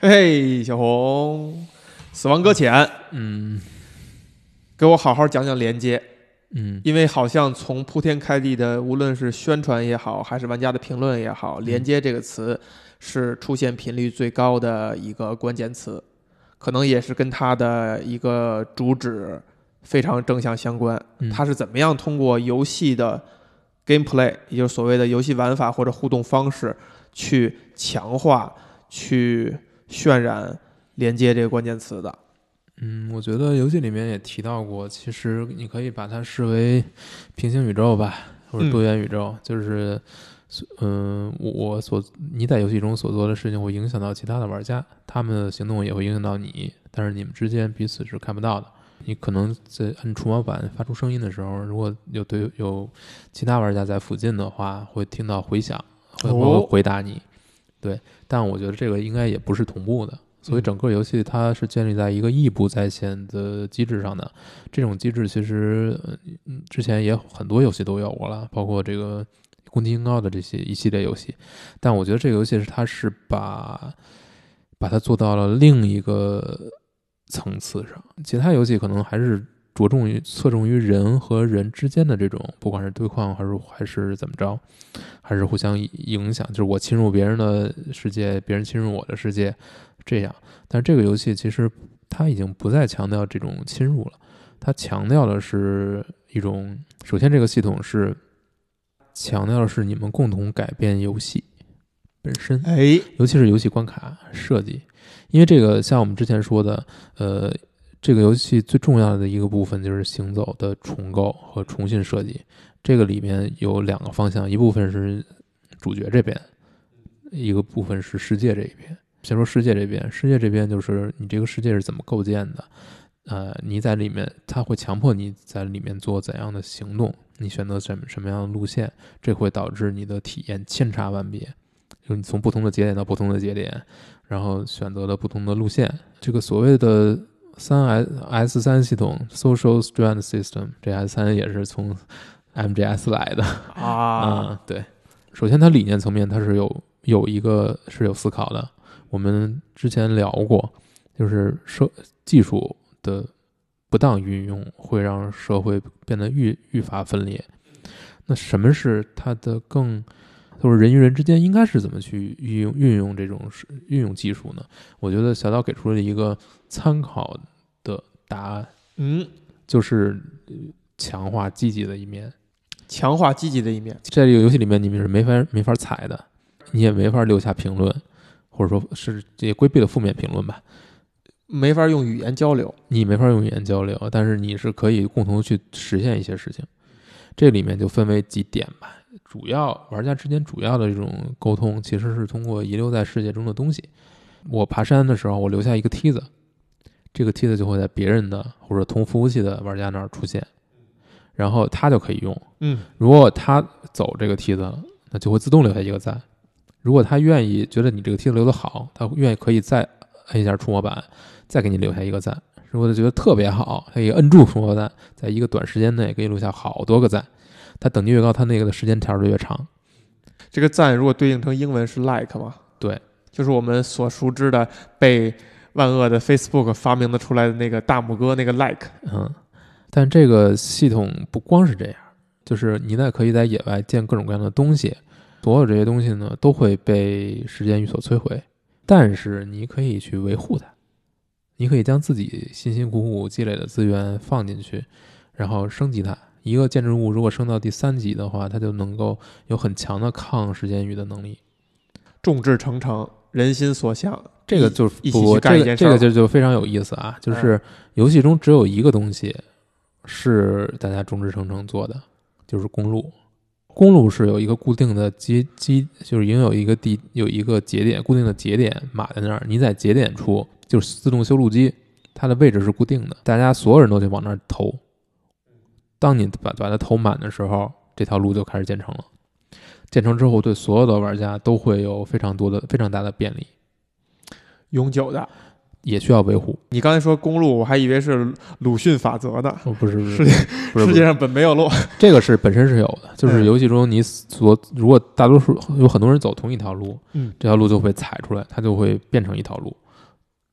嘿，小红，死亡搁浅，给我好好讲讲连接，因为好像从铺天开地的，无论是宣传也好，还是玩家的评论也好，连接这个词是出现频率最高的一个关键词，可能也是跟它的一个主旨非常正相相关。它是怎么样通过游戏的 gameplay， 也就是所谓的游戏玩法或者互动方式，去强化、去渲染连接这个关键词的。 我觉得游戏里面也提到过，其实你可以把它视为平行宇宙吧，或者多元宇宙，就是你在游戏中所做的事情会影响到其他的玩家，他们的行动也会影响到你，但是你们之间彼此是看不到的。你可能在按触摸板发出声音的时候，如果有其他玩家在附近的话，会听到回响，会回答你。对，但我觉得这个应该也不是同步的，所以整个游戏它是建立在一个异步在线的机制上的。这种机制其实之前也很多游戏都有过了，包括这个宫崎英高的这些一系列游戏。但我觉得这个游戏它是把它做到了另一个层次上，其他游戏可能还是侧重于人和人之间的这种，不管是对抗还是怎么着，还是互相影响，就是我侵入别人的世界，别人侵入我的世界，这样。但是这个游戏其实它已经不再强调这种侵入了，它强调的是一种，首先这个系统是强调的是你们共同改变游戏本身，尤其是游戏关卡设计，因为这个像我们之前说的，这个游戏最重要的一个部分就是行走的重构和重新设计。这个里面有两个方向，一部分是主角这边，一个部分是世界这一边。先说世界这边，世界这边就是你这个世界是怎么构建的，你在里面，它会强迫你在里面做怎样的行动，你选择什么样的路线，这会导致你的体验千差万别。就你从不同的节点到不同的节点，然后选择了不同的路线。这个所谓的S3 系统 Social Strand System， 这 S3 也是从 MGS 来的对。首先它理念层面它是有一个是有思考的，我们之前聊过，就是技术的不当运用会让社会变得愈发分裂。那什么是它的就是人与人之间应该是怎么去运用这种运用技术呢？我觉得小岛给出了一个参考的答案，就是强化积极的一面。 强化积极的一面， 在这个游戏里面，你们是没法踩的，你也没法留下评论，或者说是也规避了负面评论吧。 没法用语言交流， 你没法用语言交流，但是你是可以共同去实现一些事情。这里面就分为几点吧。玩家之间主要的这种沟通其实是通过遗留在世界中的东西。我爬山的时候，我留下一个梯子，这个梯子就会在别人的或者同服务器的玩家那儿出现，然后他就可以用。如果他走这个梯子了，那就会自动留下一个赞。如果他愿意觉得你这个梯子留得好，他愿意可以再摁一下触摸板，再给你留下一个赞。如果他觉得特别好，他可以摁住触摸板，在一个短时间内给你留下好多个赞。它等级越高，它那个的时间条就越长。 这个赞如果对应成英文是 like 吗？ 对， 就是我们所熟知的被万恶的 Facebook 发明的出来的那个大拇哥那个 like。 但这个系统不光是这样，就是你可以在野外建各种各样的东西，所有这些东西呢都会被时间所摧毁，但是你可以去维护它，你可以将自己辛辛苦苦积累的资源放进去，然后升级它。一个建筑物如果升到第3级的话，它就能够有很强的抗时间域的能力。 众志成城，人心所向， 这个就是一起去干一件事。 这个就非常有意思啊！就是游戏中只有一个东西是大家众志成城做的，就是公路。公路是有一个固定的就是已经有一个节点，固定的节点码在那儿。你在节点处就是自动修路机，它的位置是固定的，大家所有人都得往那儿投。当你把它投满的时候，这条路就开始建成了。建成之后，对所有的玩家都会有非常大的便利， 永久的， 也需要维护。你刚才说公路，我还以为是鲁迅法则的。 不是， 世界上本没有路。 这个是本身是有的，就是游戏中如果大多数有很多人走同一条路，这条路就会踩出来，它就会变成一条路。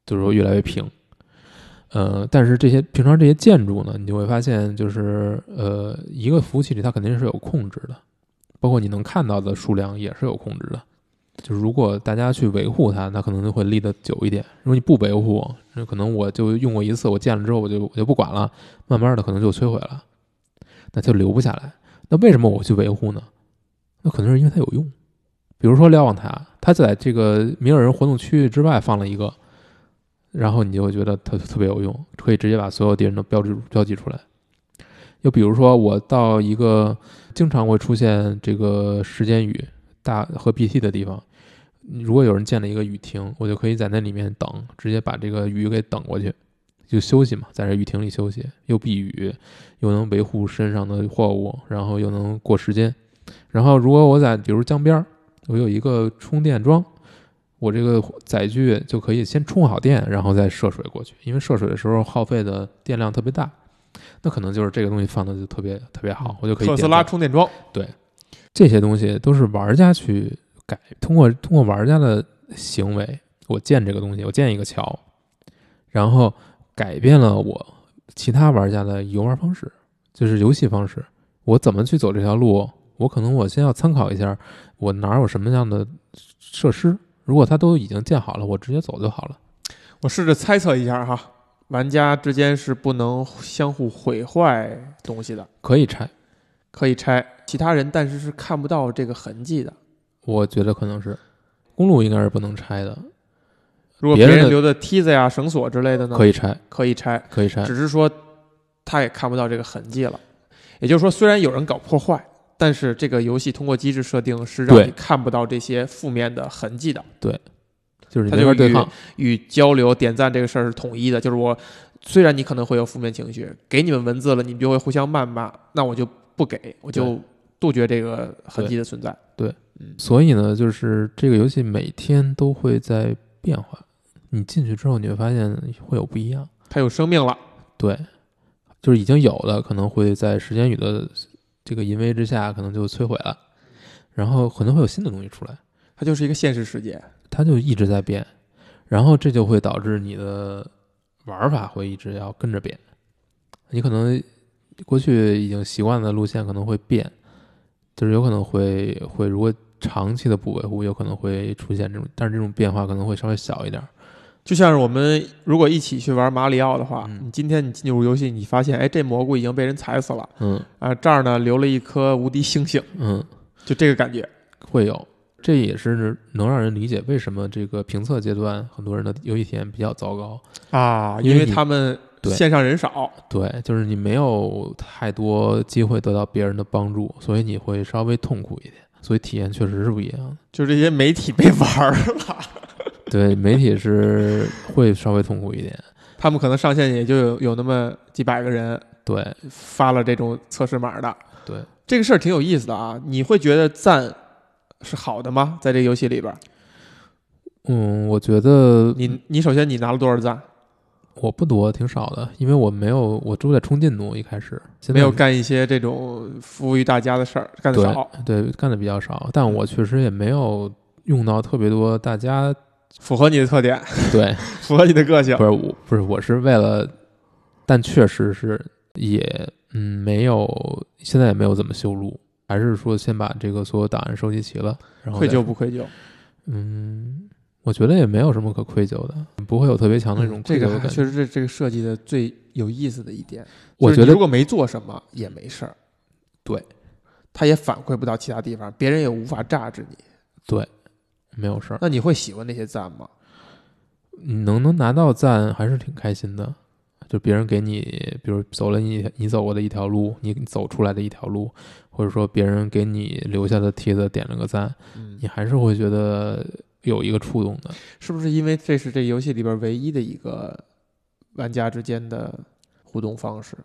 就是说越来越平。但是平常这些建筑呢，你就会发现就是一个服务器里它肯定是有控制的，包括你能看到的数量也是有控制的。就是如果大家去维护它，那可能就会立得久一点。如果你不维护，那可能我就用过一次，我建了之后我就不管了，慢慢的可能就摧毁了，那就留不下来。那为什么我去维护呢？那可能是因为它有用。比如说瞭望塔，它在这个米尔人活动区域之外放了一个，然后你就会觉得它特别有用，可以直接把所有敌人都标记出来。又比如说我到一个经常会出现这个时间雨大和 BT 的地方，如果有人建了一个雨亭，我就可以在那里面等，直接把这个雨给等过去，就休息嘛，在这雨亭里休息，又避雨，又能维护身上的货物，然后又能过时间。然后如果我在比如江边，我有一个充电桩，我这个载具就可以先充好电，然后再涉水过去，因为涉水的时候耗费的电量特别大，那可能就是这个东西放的就特别特别好，我就可以特斯拉充电桩。 对，这些东西都是玩家去改，通过玩家的行为，我建这个东西，我建一个桥，然后改变了我其他玩家的游玩方式，就是游戏方式，我怎么去走这条路，我先要参考一下我哪有什么样的设施，如果它都已经建好了，我直接走就好了。 我试着猜测一下哈，玩家之间是不能相互毁坏东西的， 可以拆， 其他人但是看不到这个痕迹的。 我觉得可能是公路应该是不能拆的， 如果别人留的梯子呀、绳索之类的呢， 可以拆， 只是说他也看不到这个痕迹了。也就是说，虽然有人搞破坏，但是这个游戏通过机制设定是让你看不到这些负面的痕迹的。 对，就是你没法对抗， 与交流点赞这个事儿是统一的。就是我虽然你可能会有负面情绪，给你们文字了，你们就会互相谩骂，那我就不给，我就杜绝这个痕迹的存在。 对，所以呢，就是这个游戏每天都会在变化。你进去之后，你会发现会有不一样， 它有生命了。 对，就是已经有的可能会在时间雨的这个淫威之下，可能就摧毁了，然后可能会有新的东西出来。 它就是一个现实世界， 它就一直在变，然后这就会导致你的玩法会一直要跟着变。你可能过去已经习惯的路线可能会变，就是有可能会如果长期的不维护，有可能会出现这种，但是这种变化可能会稍微小一点。 就像是我们如果一起去玩马里奥的话，你今天你进入游戏，你发现，哎，这蘑菇已经被人踩死了，这儿呢留了一颗无敌星星，就这个感觉会有。这也是能让人理解为什么这个评测阶段很多人的游戏体验比较糟糕啊，因为他们线上人少， 对，就是你没有太多机会得到别人的帮助，所以你会稍微痛苦一点，所以体验确实是不一样的。 就是这些媒体被玩了， 对，媒体是会稍微痛苦一点， 他们可能上线也就有那么几百个人， 对，发了这种测试码的， 对， 这个事儿挺有意思的啊。你会觉得赞是好的吗？在这个游戏里边？ 我觉得你首先你拿了多少赞？ 我不多，挺少的，因为我都在冲进度，一开始没有干一些这种服务于大家的事儿，干得少， 对，干的比较少。但我确实也没有用到特别多大家符合你的特点， 对， 符合你的个性。 不是，我是为了，但确实是也没有，现在也没有怎么修路，还是说先把这个所有档案收集齐了，然后愧疚不愧疚？ 我觉得也没有什么可愧疚的，不会有特别强的那种愧疚感。 这个确实是这个设计的最有意思的一点。 我觉得如果没做什么也没事儿， 对， 他也反馈不到其他地方，别人也无法榨制你， 对，没有事儿。 那你会喜欢那些赞吗？ 你能拿到赞还是挺开心的，就别人给你，比如走了你走过的一条路，你走出来的一条路，或者说别人给你留下的帖子点了个赞，你还是会觉得有一个触动的。 是不是因为这是这游戏里边唯一的一个玩家之间的互动方式？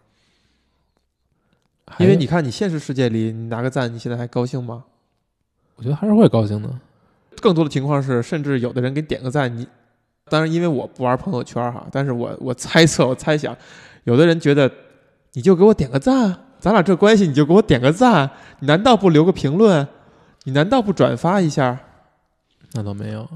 因为你看你现实世界里你拿个赞，你现在还高兴吗？ 我觉得还是会高兴的。 更多的情况是，甚至有的人给你点个赞，你当然因为我不玩朋友圈哈，但是我猜测我猜想，有的人觉得你就给我点个赞，咱俩这关系你就给我点个赞，你难道不留个评论？你难道不转发一下？ 那倒没有，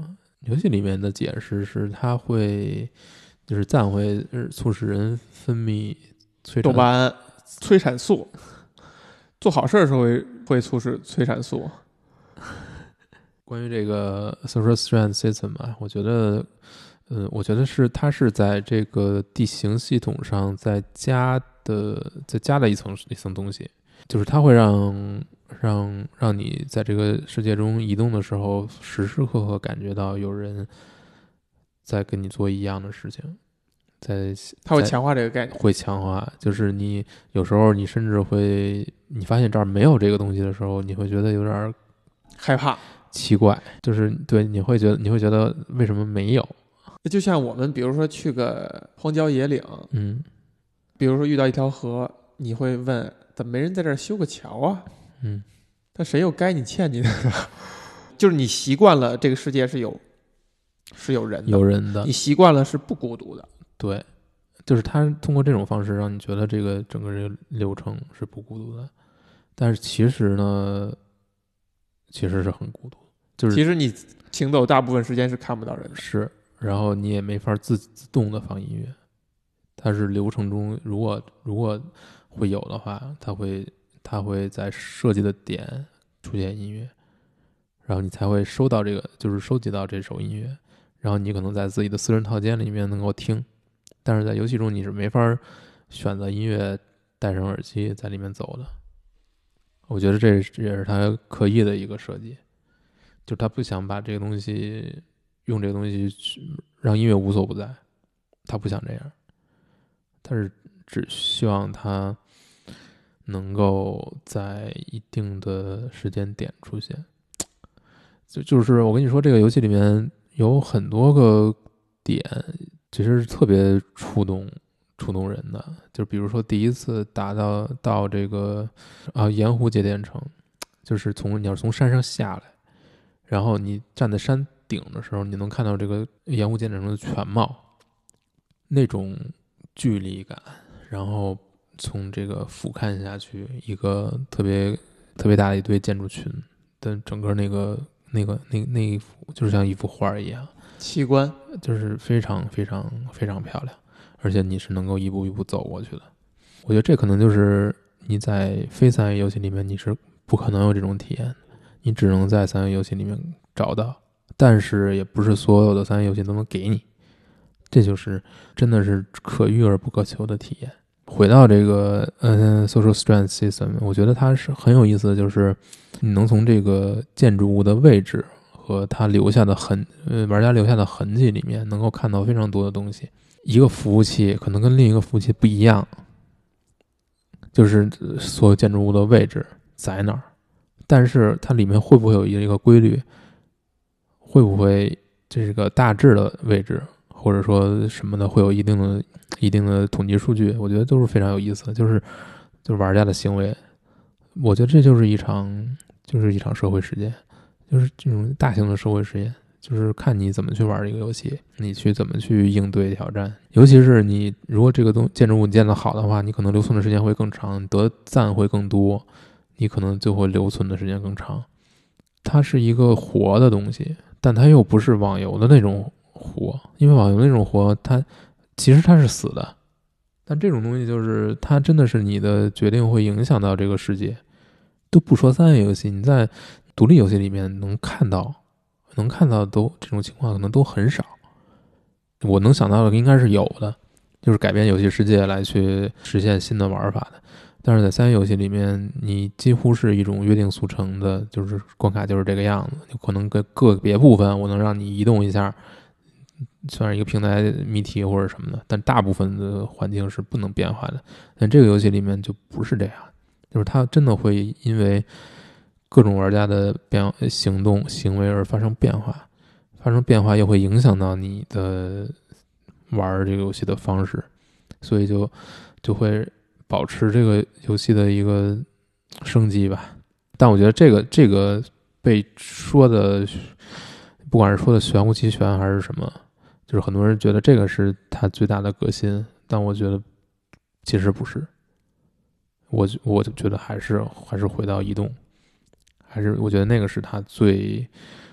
游戏里面的解释是它会就是赞会促使人分泌多巴胺、催产素，做好事的时候会促使催产素。 关于这个 social strength system 啊，我觉得它是在这个地形系统上再加的一层东西，就是它会让你在这个世界中移动的时候，时时刻刻感觉到有人在跟你做一样的事情。 它会强化这个概念， 会强化，就是你有时候你甚至你发现这儿没有这个东西的时候，你会觉得有点害怕、 奇怪，就是对你会觉得为什么没有？ 就像我们比如说去个荒郊野岭，比如说遇到一条河，你会问怎么没人在这儿修个桥啊？但谁又该你欠你的呢？就是你习惯了这个世界是有人的，你习惯了是不孤独的。 对，就是他通过这种方式让你觉得这个整个这个流程是不孤独的，但是其实呢，其实是很孤独。就是其实你行走大部分时间是看不到人的， 是，然后你也没法自动的放音乐，它是流程中如果会有的话，它会在设计的点出现音乐，然后你才会收集到这首音乐，然后你可能在自己的私人套间里面能够听。但是在游戏中你是没法选择音乐戴上耳机在里面走的，我觉得这也是他刻意的一个设计，就是他不想把这个东西用这个东西让音乐无所不在，他不想这样，他是只希望他能够在一定的时间点出现。就是我跟你说，这个游戏里面有很多个点其实是特别触动人的，就比如说第一次打到这个盐湖节点城，就是你要从山上下来，然后你站在山顶的时候，你能看到这个盐湖节点城的全貌，那种距离感，然后从这个俯瞰下去，一个特别特别大的一堆建筑群的整个那一幅，就是像一幅画一样。 奇观就是非常非常非常漂亮，而且你是能够一步一步走过去的。我觉得这可能就是你在非3A游戏里面你是不可能有这种体验的，你只能在3A游戏里面找到，但是也不是所有的3A游戏都能给你，这就是真的是可遇而不可求的体验。回到这个social strength system， 我觉得它是很有意思的，就是你能从这个建筑物的位置和它留下的玩家留下的痕迹里面，能够看到非常多的东西。一个服务器可能跟另一个服务器不一样，就是所有建筑物的位置在哪儿，但是它里面会不会有一个规律？会不会这个大致的位置，或者说什么的，会有一定的统计数据？我觉得都是非常有意思的，就是玩家的行为。我觉得这就是一场社会实践。就是这种大型的社会实验，就是看你怎么去玩这个游戏，你去怎么去应对挑战。尤其是你如果这个建筑物建得好的话，你可能留存的时间会更长，得赞会更多，你可能就会留存的时间更长。它是一个活的东西，但它又不是网游的那种活，因为网游那种活其实它是死的，但这种东西就是它真的是你的决定会影响到这个世界。都不说3A游戏，你在独立游戏里面能看到都这种情况可能都很少。我能想到的应该是有的，就是改变游戏世界来去实现新的玩法的。但是在3A游戏里面，你几乎是一种约定俗成的，就是关卡就是这个样子，有可能个别部分我能让你移动一下，算是一个平台谜题或者什么的，但大部分的环境是不能变化的。但这个游戏里面就不是这样，就是它真的会因为各种玩家的行动行为而发生变化又会影响到你的玩这个游戏的方式，所以就会保持这个游戏的一个升级吧。但我觉得这个被说的，不管是说的玄乎其玄还是什么，就是很多人觉得这个是它最大的革新，但我觉得其实不是。我就觉得还是回到移动，还是我觉得那个是它最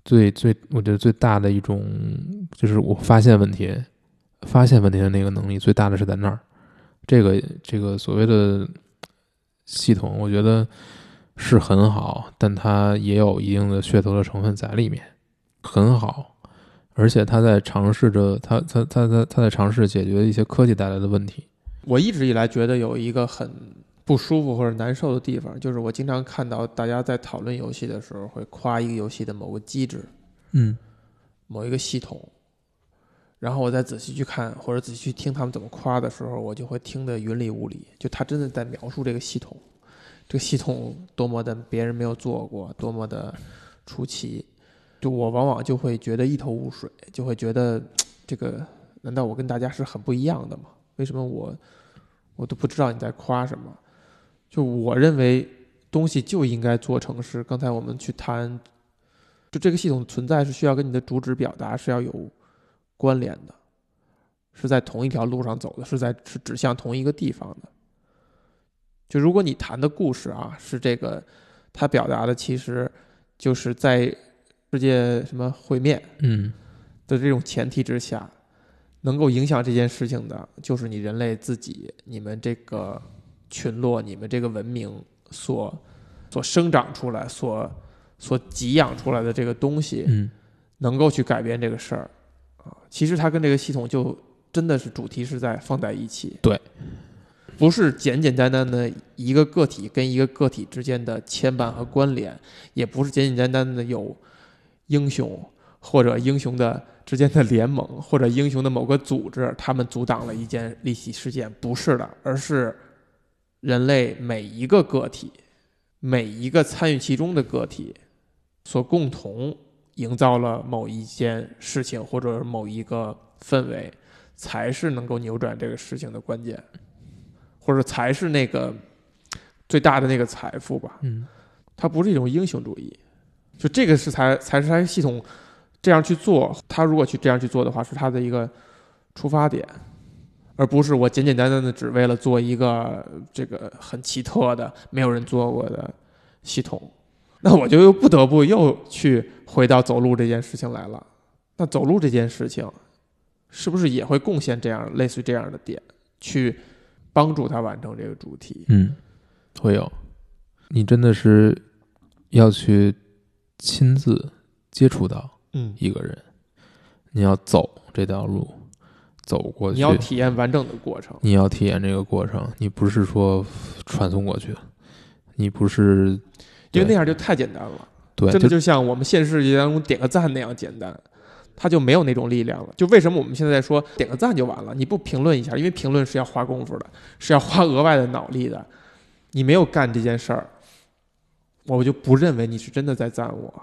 我觉得最大的一种就是我发现问题的那个能力最大的是在那儿。这个所谓的系统，我觉得是很好，但它也有一定的噱头的成分在里面，很好，而且它在尝试着它在尝试解决一些科技带来的问题。 我一直以来觉得有一个很不舒服或者难受的地方，就是我经常看到大家在讨论游戏的时候会夸一个游戏的某个机制，某一个系统，然后我再仔细去看或者仔细去听他们怎么夸的时候，我就会听得云里雾里，就他真的在描述这个系统，这个系统多么的别人没有做过，多么的出奇，就我往往就会觉得一头雾水，就会觉得这个难道我跟大家是很不一样的吗？为什么我都不知道你在夸什么？就我认为东西就应该做成是刚才我们去谈，就这个系统存在是需要跟你的主旨表达是要有关联的，是在同一条路上走的，是指向同一个地方的。就如果你谈的故事啊是这个，它表达的其实就是在世界什么毁灭的这种前提之下，能够影响这件事情的就是你人类自己，你们这个群落，你们这个文明所生长出来所给养出来的这个东西，能够去改变这个事儿啊。其实它跟这个系统就真的是主题是在放在一起， 对， 不是简简单单的一个个体跟一个个体之间的牵绊和关联，也不是简简单单的有英雄或者英雄的之间的联盟，或者英雄的某个组织他们阻挡了一件历史事件，不是的，而是人类每一个个体，每一个参与其中的个体所共同营造了某一件事情或者某一个氛围，才是能够扭转这个事情的关键，或者才是那个最大的那个财富吧。它不是一种英雄主义，就这个是才是它系统这样去做，它如果这样去做的话，是它的一个出发点，而不是我简简单单的只为了做一个这个很奇特的没有人做过的系统。那我就不得不又去回到走路这件事情来了。那走路这件事情是不是也会贡献这样类似于这样的点，去帮助他完成这个主题？ 会有。你真的是要去亲自接触到一个人，你要走这条路，走过去， 你要体验完整的过程， 你要体验这个过程，你不是说传送过去，你不是， 因为那样就太简单了。 对， 真的就像我们现实世界当中点个赞那样简单，它就没有那种力量了。就为什么我们现在说点个赞就完了，你不评论一下，因为评论是要花功夫的，是要花额外的脑力的，你没有干这件事儿，我就不认为你是真的在赞我。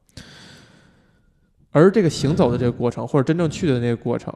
而这个行走的这个过程，或者真正去的那个过程，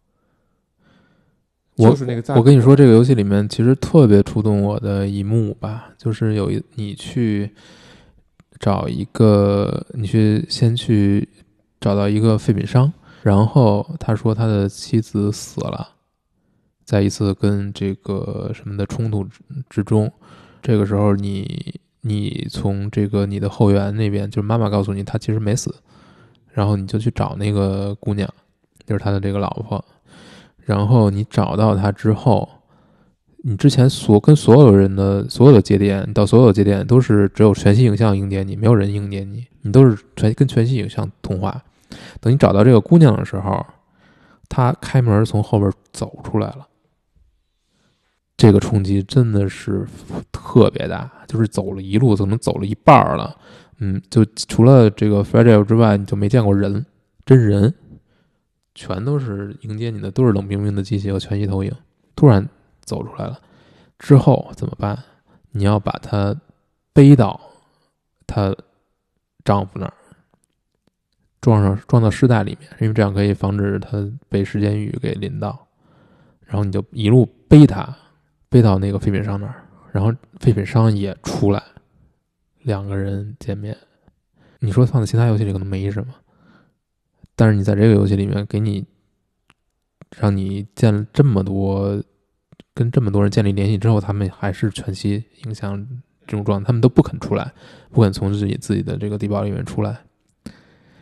就是那个赞。 我跟你说，这个游戏里面其实特别触动我的一幕吧，就是你去找一个，先去找到一个废品商，然后他说他的妻子死了，在一次跟这个什么的冲突之中，这个时候你从这个你的后援那边，就是妈妈告诉你她其实没死，然后你就去找那个姑娘，就是他的这个老婆，然后你找到她之后，你之前跟所有人的所有的节点到所有的节点都是只有全息影像迎接你，没有人迎接你，你都是跟全息影像通话。等你找到这个姑娘的时候，她开门从后边走出来了，这个冲击真的是特别大，就是走了一路，可能走了一半了，就除了这个 Fragile 之外，你就没见过人，真人，全都是迎接你的，都是冷冰冰的机器和全息投影。突然走出来了，之后怎么办？你要把她背到她丈夫那儿，装到尸袋里面，因为这样可以防止她被时间雨给淋到。然后你就一路背她，背到那个废品商那儿，然后废品商也出来，两个人见面。你说放在其他游戏里可能没什么，但是你在这个游戏里面让你见这么多，跟这么多人建立联系之后，他们还是全息影响这种状态，他们都不肯出来，不肯从自己的这个地堡里面出来。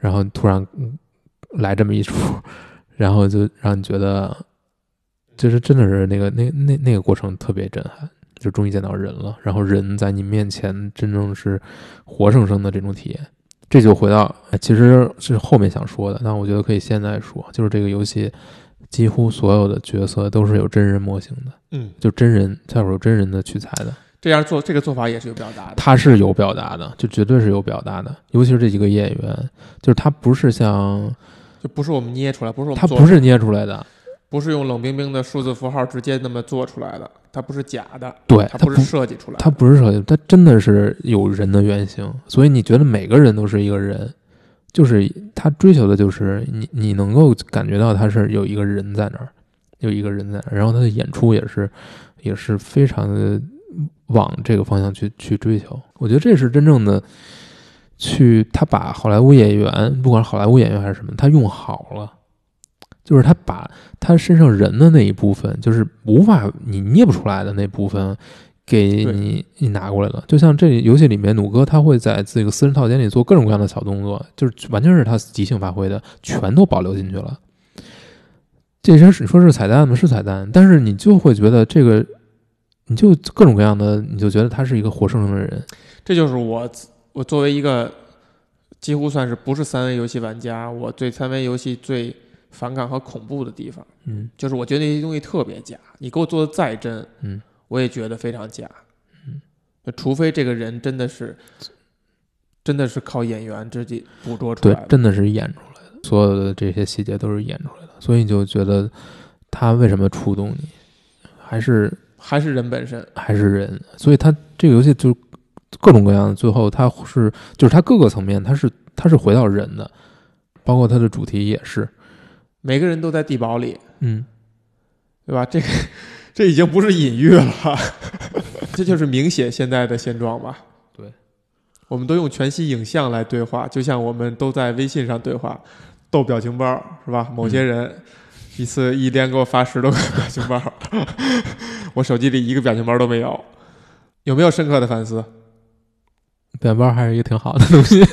然后突然来这么一出，然后就让你觉得就是真的是那个过程特别震撼，就终于见到人了，然后人在你面前真正是活生生的这种体验。这就回到其实是后面想说的，但我觉得可以现在说，就是这个游戏几乎所有的角色都是有真人模型的，就真人，它有真人的取材的。 这个做法也是有表达的， 它是有表达的，就绝对是有表达的。尤其是这几个演员，就是他不是像， 就不是我们捏出来，不是我们他不是捏出来的， 不是用冷冰冰的数字符号直接那么做出来的，它不是假的， 对， 它不是设计出来的， 它不是设计，它真的是有人的原型。所以你觉得每个人都是一个人，就是他追求的就是你能够感觉到他是有一个人在那儿，有一个人在那儿，然后他的演出也是非常的往这个方向去追求。我觉得这是真正的他把好莱坞演员，不管是好莱坞演员还是什么，他用好了，就是他把他身上人的那一部分，就是无法你捏不出来的那部分给你拿过来了。就像这游戏里面努哥他会在这个私人套间里做各种各样的小动作，就是完全是他即兴发挥的，全都保留进去了。这些你说是彩蛋吗？是彩蛋，但是你就会觉得这个，你就各种各样的，你就觉得他是一个活生生的人。 这就是我作为一个几乎算是不是3A游戏玩家，我对3A游戏最反感和恐怖的地方，就是我觉得那些东西特别假，你给我做的再真，我也觉得非常假，除非这个人真的是靠演员自己捕捉出来的， 对，真的是演出来的，所有的这些细节都是演出来的，所以你就觉得他为什么触动你，还是人本身， 还是人，所以他这个游戏就各种各样的，最后就是他各个层面他是回到人的，包括他的主题也是。 每个人都在地堡里，对吧？这已经不是隐喻了，这就是明写现在的现状吧？ 对， 我们都用全息影像来对话，就像我们都在微信上对话，斗表情包是吧？某些人一连给我发10多个表情包，我手机里一个表情包都没有，有没有深刻的反思？ 表情包还是一个挺好的东西。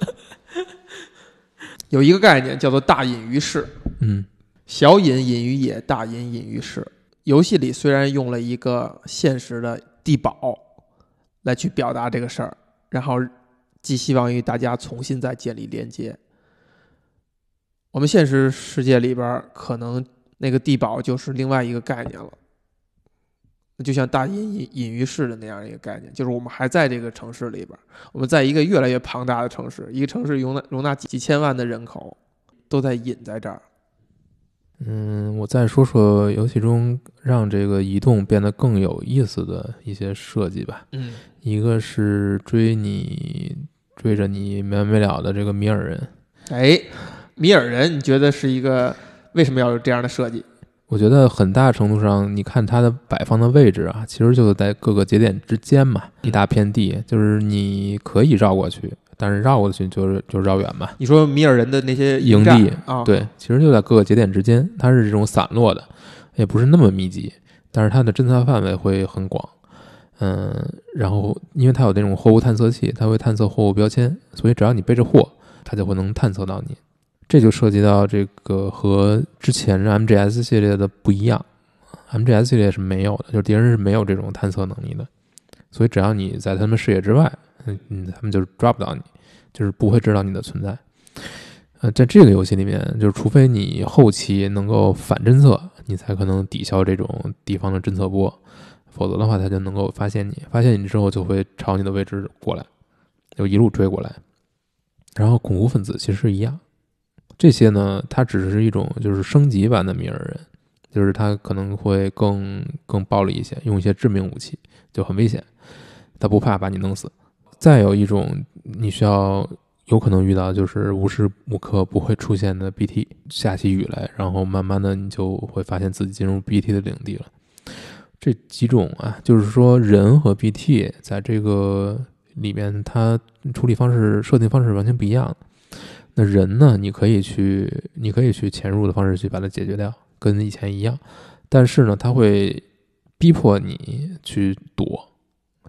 有一个概念叫做大隐于市，小隐隐于野，大隐隐于市。游戏里虽然用了一个现实的地堡来去表达这个事儿，然后寄希望于大家重新再建立连接。我们现实世界里边可能那个地堡就是另外一个概念了，就像大隐隐于市的那样一个概念，就是我们还在这个城市里边，我们在一个越来越庞大的城市，一个城市容纳几千万的人口，都在隐在这儿。 我再说说游戏中让这个移动变得更有意思的一些设计吧。一个是追着你没完没了的这个米尔人。 米尔人，你觉得是一个为什么要有这样的设计？ 我觉得很大程度上，你看它的摆放的位置啊，其实就是在各个节点之间嘛，一大片地，就是你可以绕过去，但是绕过去就绕远嘛。 你说米尔人的那些营地对，其实就在各个节点之间，它是这种散落的，也不是那么密集，但是它的侦测范围会很广。然后因为它有那种货物探测器，它会探测货物标签，所以只要你背着货，它就会能探测到你。这就涉及到这个和之前的 MGS 系列的不一样， MGS 系列是没有的，就是敌人是没有这种探测能力的，所以只要你在他们视野之外，他们就抓不到你，就是不会知道你的存在。在这个游戏里面，就是除非你后期能够反侦测，你才可能抵消这种敌方的侦测波，否则的话他就能够发现你之后就会朝你的位置过来，就一路追过来。然后恐怖分子其实一样，这些呢它只是一种就是升级版的米尔人，就是它可能会更暴力一些，用一些致命武器就很危险，他不怕把你弄死。再有一种你需要有可能遇到，就是无时无刻不会出现的 BT， 下起雨来，然后慢慢的你就会发现自己进入 BT 的领地了。这几种啊，就是说人和 BT 在这个里面它处理方式设定方式完全不一样。那人呢，你可以去潜入的方式去把它解决掉，跟以前一样，但是呢它会逼迫你去躲，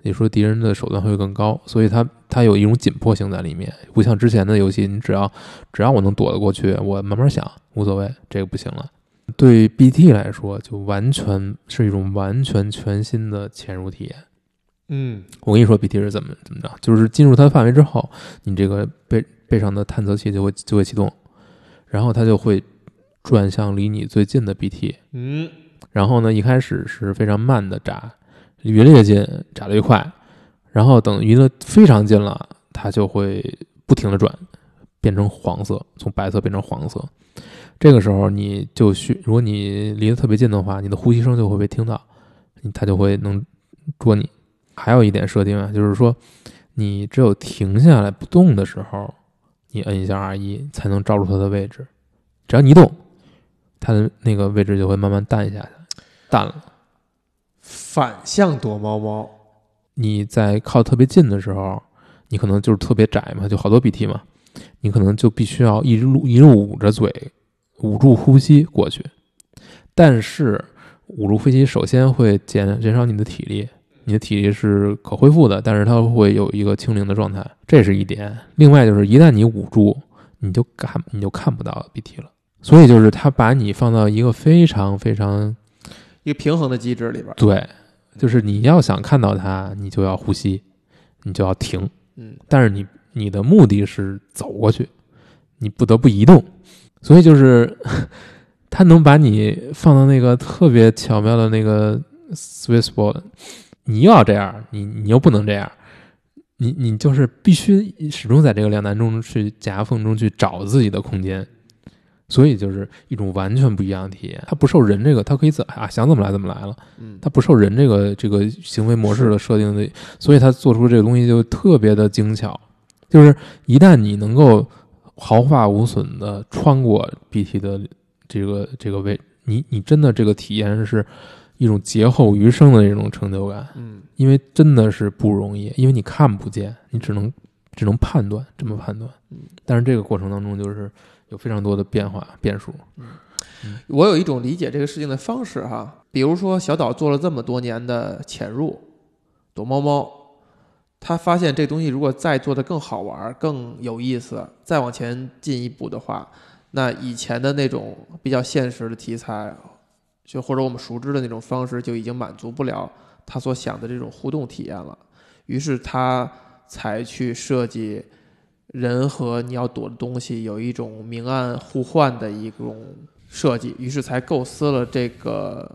也说敌人的手段会更高，所以它有一种紧迫性在里面，不像之前的游戏，你只要我能躲得过去，我慢慢想无所谓，这个不行了。对 BT 来说，就完全是一种完全全新的潜入体验。我跟你说 BT 是怎么着，就是进入它的范围之后，你这个背上的探测器就会启动，然后它就会转向离你最近的 BT。然后呢，一开始是非常慢的眨，越来越近，眨得越快，然后等离得非常近了，它就会不停的转，变成黄色，从白色变成黄色。这个时候如果你离得特别近的话，你的呼吸声就会被听到，它就会能捉你。还有一点设定啊，就是说你只有停下来不动的时候，你摁一下 R1 才能照住它的位置，只要你一动，它的那个位置就会慢慢淡下来，淡了。 反向躲猫猫， 你在靠特别近的时候，你可能就是特别窄嘛，就好多 BT 嘛，你可能就必须要一直捂着嘴，捂住呼吸过去。但是捂住呼吸首先会减少你的体力，你的体力是可恢复的，但是它会有一个清零的状态，这是一点。另外就是一旦你捂住，你就看不到 BT 了。所以就是它把你放到一个非常非常一个平衡的机制里边。 对，就是你要想看到它，你就要呼吸，你就要停。但是你的目的是走过去，你不得不移动。所以就是它能把你放到那个特别巧妙的那个 Swiss ball， 你又要这样，你又不能这样，你就是必须始终在这个两难中去夹缝中去找自己的空间。所以就是一种完全不一样的体验，它不受人这个，它可以想怎么来怎么来了，它不受人这个行为模式的设定的，所以它做出这个东西就特别的精巧。就是一旦你能够毫发无损的穿过 BT 的这个位，你真的这个体验是一种劫后余生的这种成就感。因为真的是不容易，因为你看不见，你只能判断，这么判断。但是这个过程当中就是有非常多的变数。 我有一种理解这个事情的方式哈，比如说小岛做了这么多年的潜入躲猫猫，他发现这东西如果再做得更好玩更有意思，再往前进一步的话，那以前的那种比较现实的题材就或者我们熟知的那种方式就已经满足不了他所想的这种互动体验了，于是他才去设计人和你要躲的东西有一种明暗互换的一种设计，于是才构思了这个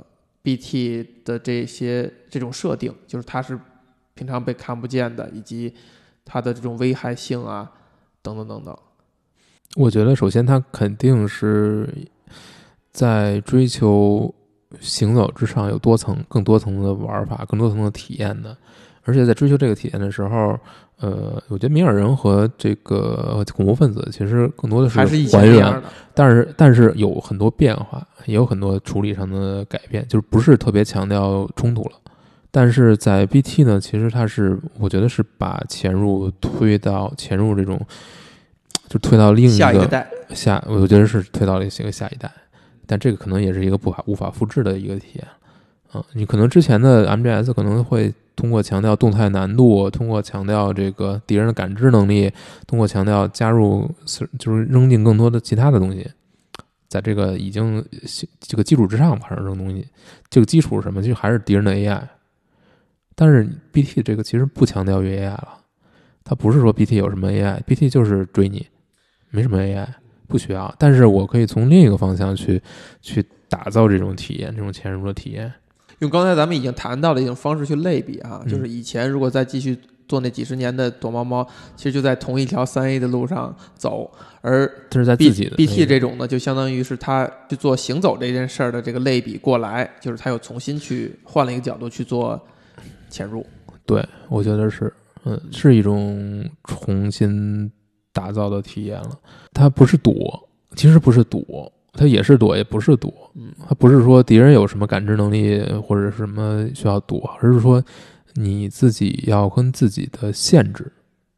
BT 的这种设定，就是它是平常被看不见的，以及它的这种危害性啊等等等等。 我觉得首先它肯定是在追求行走之上有更多层的玩法，更多层的体验的。而且在追求这个体验的时候，我觉得米尔人和这个恐怖分子其实更多的是还原，但是有很多变化，也有很多处理上的改变，就是不是特别强调冲突了。但是在 BT 呢，其实它是我觉得是把潜入这种，就推到另一个下一个代我觉得是推到了一个下一代，但这个可能也是一个无法复制的一个体验。你可能之前的 MGS 可能会通过强调动态难度，通过强调这个敌人的感知能力，通过强调加入就是扔进更多的其他的东西，在这个已经这个基础之上往上扔东西。这个基础是什么？就还是敌人的 AI。但是 BT 这个其实不强调于 AI 了，它不是说 BT 有什么 AI，BT 就是追你，没什么 AI， 不需要。但是我可以从另一个方向去打造这种体验，这种潜入的体验。 用刚才咱们已经谈到的一种方式去类比啊，就是以前如果再继续做那几十年的躲猫猫，其实就在同一条3A 的路上走，而这是在自己的 BT 这种呢，就相当于是他去做行走这件事儿的这个类比过来，就是他又重新去换了一个角度去做潜入。 对，我觉得是，是一种重新打造的体验了。它不是躲，其实不是躲。它也是躲，也不是躲。它不是说敌人有什么感知能力或者什么需要躲，而是说你自己要跟自己的限制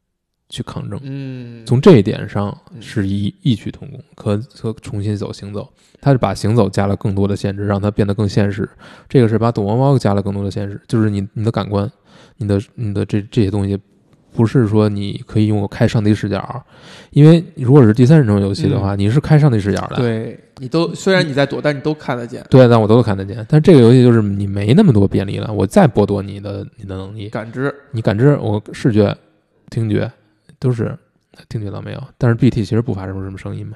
去抗争。从这一点上是异曲同工，可重新行走。它是把行走加了更多的限制，让它变得更现实。这个是把躲猫猫加了更多的限制，就是你的感官，你的这些东西，不是说你可以用开上帝视角，因为如果是第三人称游戏的话，你是开上帝视角的。 对，你都虽然你在躲，但你都看得见。 对，但我都看得见。但这个游戏就是你没那么多便利了，我再剥夺你的能力，你感知，我视觉、听觉都是，听觉倒没有，但是 BT 其实不发生什么声音嘛。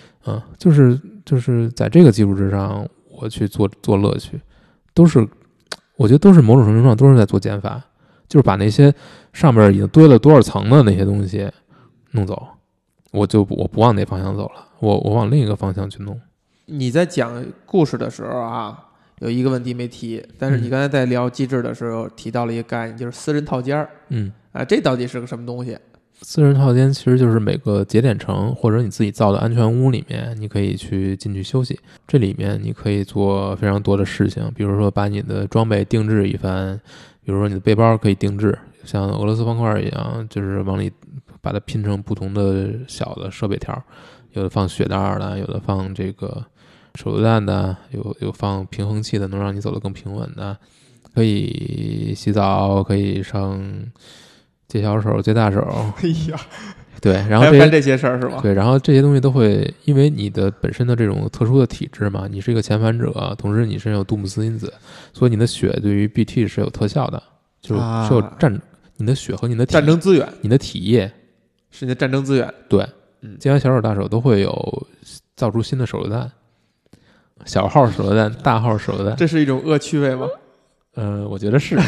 就是在这个基础之上，我去做乐趣，我觉得都是某种程度上都是在做减法，就是把那些上面已经堆了多少层的那些东西弄走，我不往那方向走了，我往另一个方向去弄。 你在讲故事的时候啊，有一个问题没提，但是你刚才在聊机制的时候提到了一个概念，就是私人套间。这到底是个什么东西？ 私人套间其实就是每个节点城或者你自己造的安全屋里面，你可以进去休息。这里面你可以做非常多的事情，比如说把你的装备定制一番，比如说你的背包可以定制，像俄罗斯方块一样，就是往里把它拼成不同的小的设备条，有的放血袋的，有的放这个手榴弹的，有放平衡器的，能让你走得更平稳的，可以洗澡，可以上接小手、接大手。 哎呀， 对，然后还要干这些事儿是吧？ 对，然后这些东西都会，因为你的本身的这种特殊的体质嘛，你是一个遣返者，同时你身上有杜姆斯因子，所以你的血对于 BT 是有特效的，就是有你的血和你的战争资源， 你的体液是你的战争资源。 对，接完小手、大手都会有造出新的手榴弹，小号手榴弹、大号手榴弹。 这是一种恶趣味吗？ 我觉得是。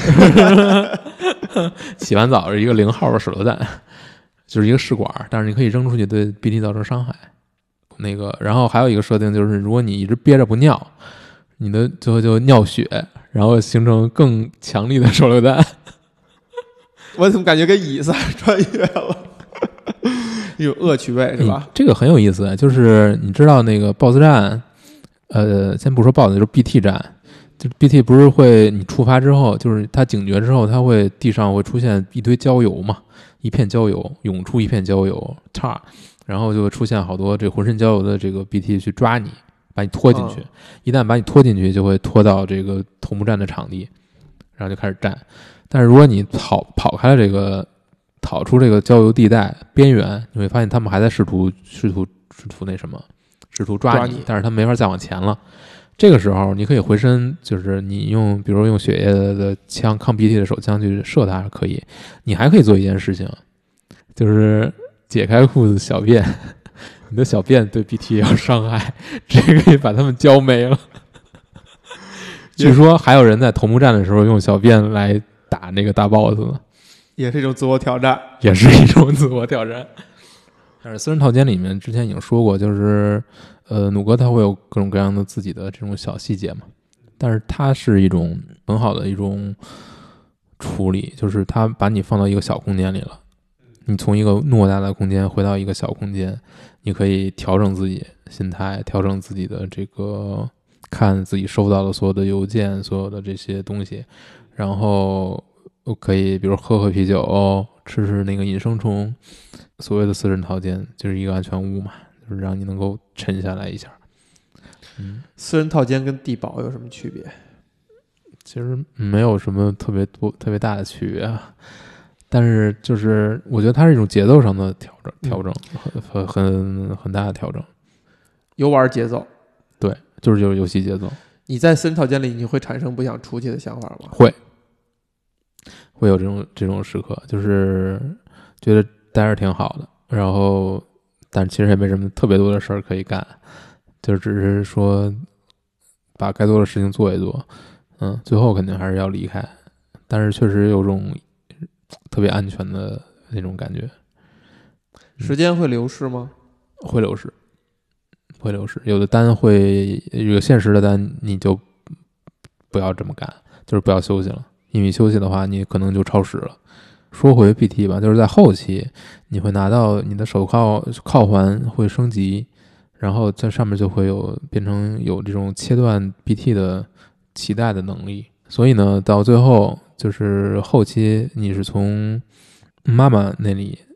洗完澡是一个0号的手榴弹，就是一个试管，但是你可以扔出去对 BT 造成伤害。然后还有一个设定就是，如果你一直憋着不尿，你的最后就尿血，然后形成更强力的手榴弹。 我怎么感觉跟以撒穿越了？一种恶趣味是吧？ 这个很有意思，就是你知道那个 BOSS 战，先不说 BOSS， 就是 BT 战。就 BT 不是会你触发之后，就是它警觉之后，它会地上会出现一堆焦油嘛，一片焦油涌出一片焦油叉，然后就会出现好多这浑身焦油的这个 BT 去抓你，把你拖进去。一旦把你拖进去，就会拖到这个头目战的场地，然后就开始战。但是如果你跑开了这个，逃出这个焦油地带边缘，你会发现他们还在试图那什么，试图抓你，但是他们没法再往前了。这个时候你可以回身，就是你比如用血液的枪抗 BT 的手枪去射它可以，你还可以做一件事情，就是解开裤子小便，你的小便对 BT 也有伤害，这个可以把他们浇没了。据说还有人在头目战的时候用小便来打那个大 boss 呢， 也是一种自我挑战， 也是一种自我挑战。但是私人套间里面之前已经说过，就是弩哥他会有各种各样的自己的这种小细节嘛，但是它是一种很好的一种处理，就是它把你放到一个小空间里了，你从一个偌大的空间回到一个小空间，你可以调整自己心态，调整自己的这个看自己收到的所有的邮件，所有的这些东西，然后可以比如喝啤酒，吃那个隐生虫。所谓的私人套间就是一个安全屋嘛，就是让你能够沉下来一下。 私人套间跟地堡有什么区别？ 其实没有什么特别大的区别啊，但是就是我觉得它是一种节奏上的调整，很大的调整。 游玩节奏， 对，就是游戏节奏。 你在私人套间里，你会产生不想出去的想法吗？ 会有这种时刻，就是觉得待着挺好的，然后但其实也没什么特别多的事儿可以干，就只是说把该做的事情做一做，最后肯定还是要离开，但是确实有种特别安全的那种感觉。 时间会流逝吗？ 会流逝，有的单会有现实的单，你就不要这么干，就是不要休息了，因为休息的话，你可能就超时了。说回 BT 吧，就是在后期你会拿到你的手铐环会升级，然后在上面就会变成有这种切断 BT 的脐带的能力，所以呢到最后就是后期你是从妈妈那里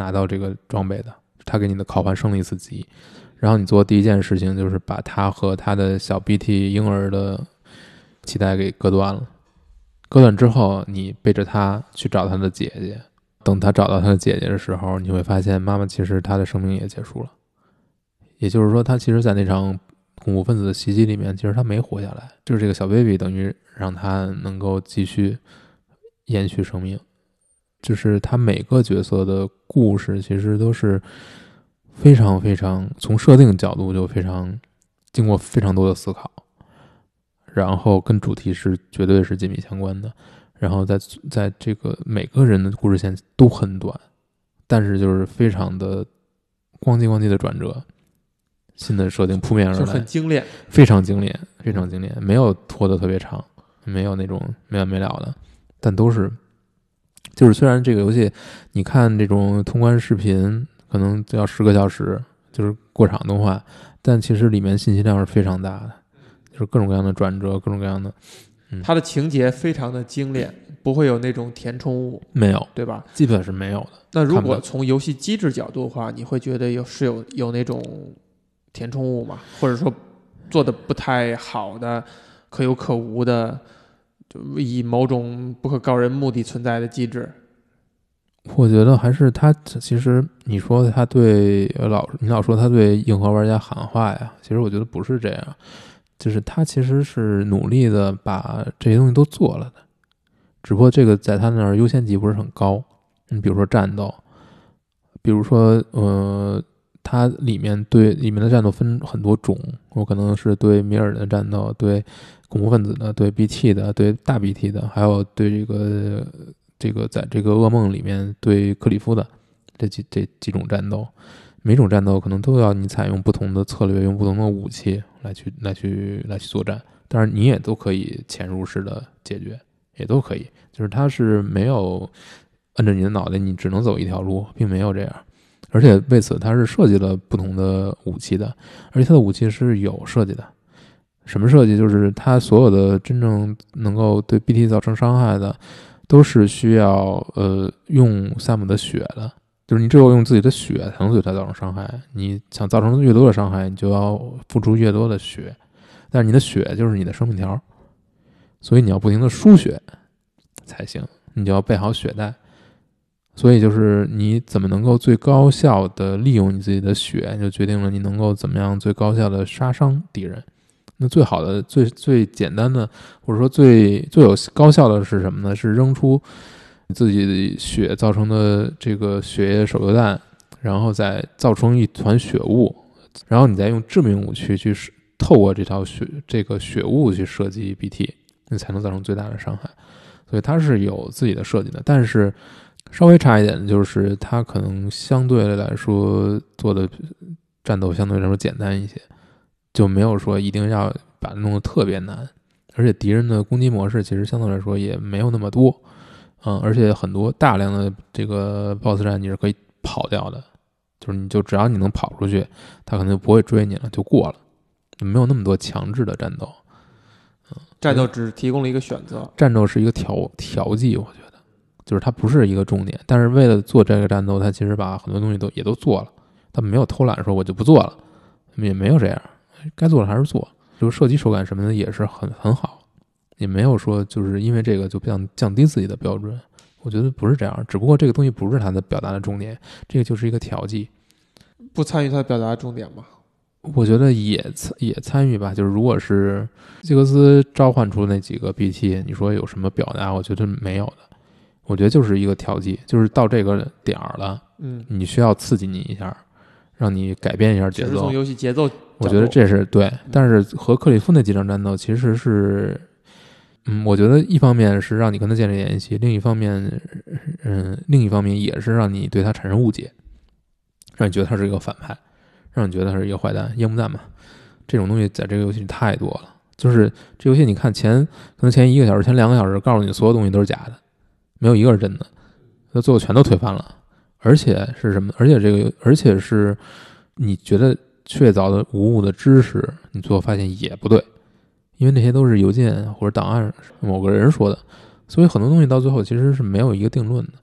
拿到这个装备的，他给你的考换升了一次级，然后你做第一件事情就是把他和他的小 BT 婴儿的脐带给割断了。割断之后，你背着他去找他的姐姐，等他找到他的姐姐的时候，你会发现妈妈其实她的生命也结束了。也就是说，他其实在那场恐怖分子的袭击里面，其实他没活下来，就是这个小 baby 等于让他能够继续延续生命。就是他每个角色的故事其实都是非常非常从设定角度就非常经过非常多的思考，然后跟主题是绝对是紧密相关的，然后在这个每个人的故事线都很短，但是就是非常的咣叽咣叽的转折，新的设定扑面而来， 就很精炼， 非常精炼，非常精炼，没有拖得特别长，没有那种没完没了的，但都是就是虽然这个游戏你看这种通关视频可能要10个小时，就是过场动画，但其实里面信息量是非常大的，就是各种各样的转折，各种各样的它的情节非常的精炼，不会有那种填充物， 没有， 对吧？ 基本是没有的。 那如果从游戏机制角度的话，你会觉得有那种填充物吗？或者说做的不太好的、可有可无的，就以某种不可告人目的存在的机制？ 我觉得还是他其实你说他对你老说他对硬核玩家喊话呀，其实我觉得不是这样，就是他其实是努力的把这些东西都做了的，只不过这个在他那儿优先级不是很高。你比如说战斗，比如说它里面的战斗分很多种，我可能是对米尔的战斗，对恐怖分子的，对 BT 的，对大 BT 的，还有对这个在这个噩梦里面对克里夫的这几种战斗，每种战斗可能都要你采用不同的策略，用不同的武器来去作战，当然你也都可以潜入式的解决，也都可以，就是它是没有摁着你的脑袋你只能走一条路，并没有这样。而且为此它是设计了不同的武器的，而且它的武器是有设计的。什么设计？就是它所有的真正能够对 BT 造成伤害的都是需要用萨姆的血的，就是你只有用自己的血才能对它造成伤害，你想造成越多的伤害你就要付出越多的血，但是你的血就是你的生命条，所以你要不停的输血才行，你就要备好血袋。所以就是你怎么能够最高效的利用你自己的血，就决定了你能够怎么样最高效的杀伤敌人。那最好的最简单的或者说最有高效的是什么呢？是扔出你自己血造成的这个血液手榴弹，然后再造成一团血雾，然后你再用致命武器去透过这个血雾去射击 BT， 你才能造成最大的伤害。所以它是有自己的设计的，但是稍微差一点的就是它可能相对来说做的战斗相对来说简单一些，就没有说一定要把它弄得特别难，而且敌人的攻击模式其实相对来说也没有那么多，而且很多大量的这个 BOSS 战你是可以跑掉的，就是只要你能跑出去，他可能就不会追你了，就过了，没有那么多强制的战斗。 战斗只提供了一个选择， 战斗是一个调剂，我觉得就是它不是一个重点，但是为了做这个战斗，它其实把很多东西也都做了，他没有偷懒说我就不做了，也没有这样，该做的还是做，就是射击手感什么的也是很好，也没有说就是因为这个就降低自己的标准，我觉得不是这样，只不过这个东西不是它的表达的重点，这个就是一个调剂。 不参与它的表达的重点吗？ 我觉得也参与吧，就是如果是希格斯召唤出那几个 BT， 你说有什么表达？我觉得没有的。我觉得就是一个调剂，就是到这个点儿了，你需要刺激你一下，让你改变一下节奏。 只是从游戏节奏， 我觉得这是对。但是和克里夫那几场战斗其实是，我觉得一方面是让你跟他建立联系，另一方面也是让你对他产生误解，让你觉得他是一个反派。让你觉得他是一个坏蛋、烟幕弹嘛，这种东西在这个游戏里太多了。就是这游戏你看可能前1个小时、前2个小时告诉你所有东西都是假的，没有一个是真的，那最后全都推翻了。而且是什么？而且是你觉得确凿的无误的知识，你最后发现也不对，因为那些都是邮件或者档案某个人说的，所以很多东西到最后其实是没有一个定论的。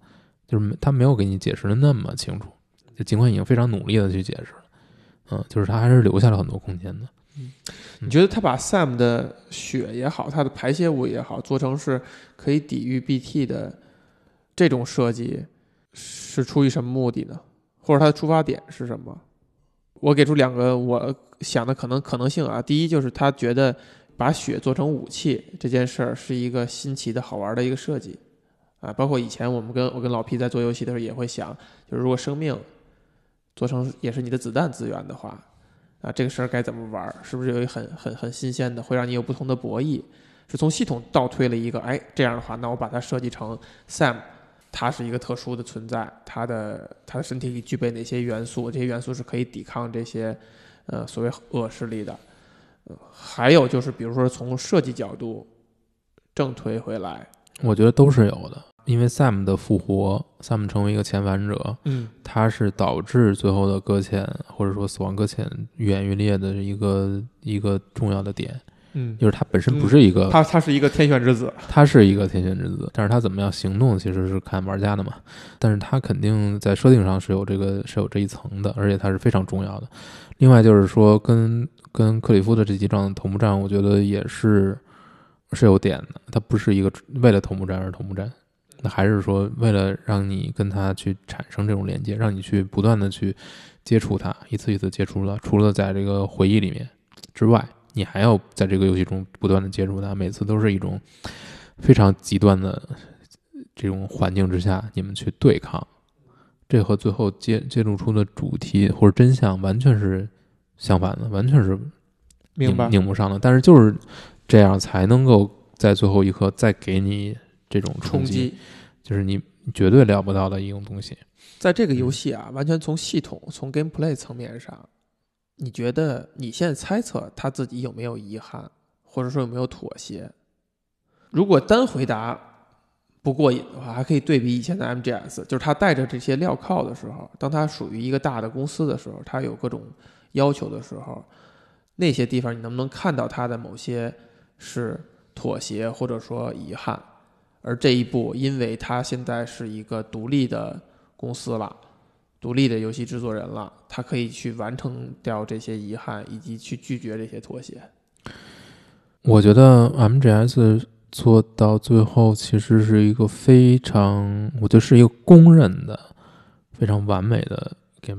就是他没有给你解释的那么清楚，就尽管已经非常努力的去解释了，就是他还是留下了很多空间的。 你觉得他把 Sam 的血也好，他的排泄物也好，做成是可以抵御 BT 的这种设计，是出于什么目的呢？或者他的出发点是什么？我给出2个我想的可能性啊。第一就是他觉得把血做成武器这件事儿是一个新奇的好玩的一个设计啊。包括以前我跟老 P 在做游戏的时候也会想，就是如果生命做成也是你的子弹资源的话。啊，这个事儿该怎么玩？是不是有一个很新鲜的，会让你有不同的博弈？是从系统倒推了一个，这样的话，那我把它设计成 Sam， 它是一个特殊的存在，它的身体里具备哪些元素？这些元素是可以抵抗这些所谓恶势力的。还有就是，比如说从设计角度正推回来， 我觉得都是有的。因为 Sam 的复活 ，Sam 成为一个遣返者，它是导致最后的搁浅或者说死亡搁浅愈演愈烈的一个重要的点。就是他本身不是一个， 他是一个天选之子， 他是一个天选之子，但是他怎么样行动其实是看玩家的嘛。但是他肯定在设定上是有这一层的，而且它是非常重要的。另外就是说跟克里夫的这几场头目战，我觉得也是有点的，他不是一个为了头目战而头目战。那还是说为了让你跟他去产生这种连接，让你去不断的去接触他，一次一次接触了，除了在这个回忆里面之外，你还要在这个游戏中不断的接触他，每次都是一种非常极端的这种环境之下你们去对抗，这和最后揭露出的主题或者真相完全是相反的，完全是拧不上的。但是就是这样才能够在最后一刻再给你这种冲击，就是你绝对料不到的一种东西。 在这个游戏啊，完全从系统从 gameplay 层面上，你觉得你现在猜测他自己有没有遗憾，或者说有没有妥协？如果单回答不过瘾的话，还可以对比以前的 MGS， 就是他带着这些镣铐的时候，当他属于一个大的公司的时候，他有各种要求的时候，那些地方你能不能看到他的某些是妥协或者说遗憾？而这一步，因为他现在是一个独立的公司了，独立的游戏制作人了，他可以去完成掉这些遗憾，以及去拒绝这些妥协。 我觉得 MGS 做到最后其实是一个非常，我觉得是一个公认的非常完美的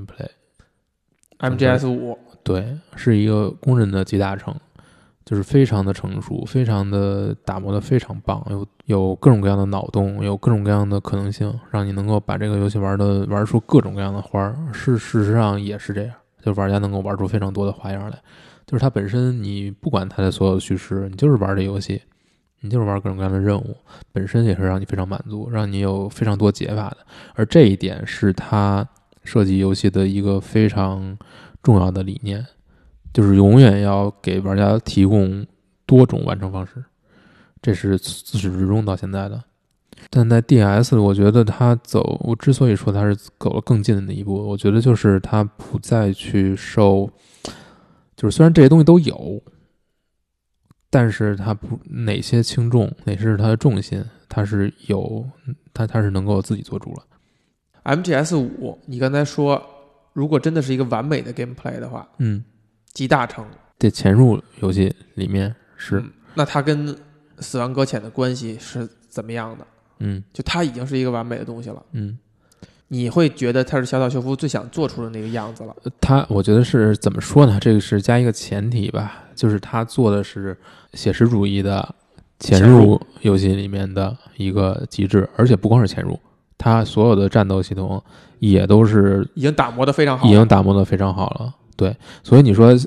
gameplay。MGS 5 对，是一个公认的集大成，就是非常的成熟，非常的打磨的非常棒，有各种各样的脑洞，有各种各样的可能性，让你能够把这个游戏玩出各种各样的花儿。事实上也是这样，就是玩家能够玩出非常多的花样来。就是它本身，你不管它的所有的叙事，你就是玩这游戏，你就是玩各种各样的任务，本身也是让你非常满足，让你有非常多解法的。而这一点是它设计游戏的一个非常重要的理念，就是永远要给玩家提供多种完成方式，这是自始至终到现在的。但在 DS 我觉得我之所以说它是走了更近的一步，我觉得就是它不再去受，就是虽然这些东西都有，但是它不哪些轻重，哪些是它的重心，它是能够自己做主了。 MGS 5你刚才说如果真的是一个完美的 gameplay 的话，集大成， 这潜入游戏里面是， 那它跟死亡搁浅的关系是怎么样的？就它已经是一个完美的东西了。你会觉得它是小岛秀夫最想做出的那个样子了？ 我觉得是怎么说呢？这个是加一个前提吧，就是他做的是写实主义的潜入游戏里面的一个极致，而且不光是潜入，他所有的战斗系统也都是已经打磨得非常好了。对，所以你说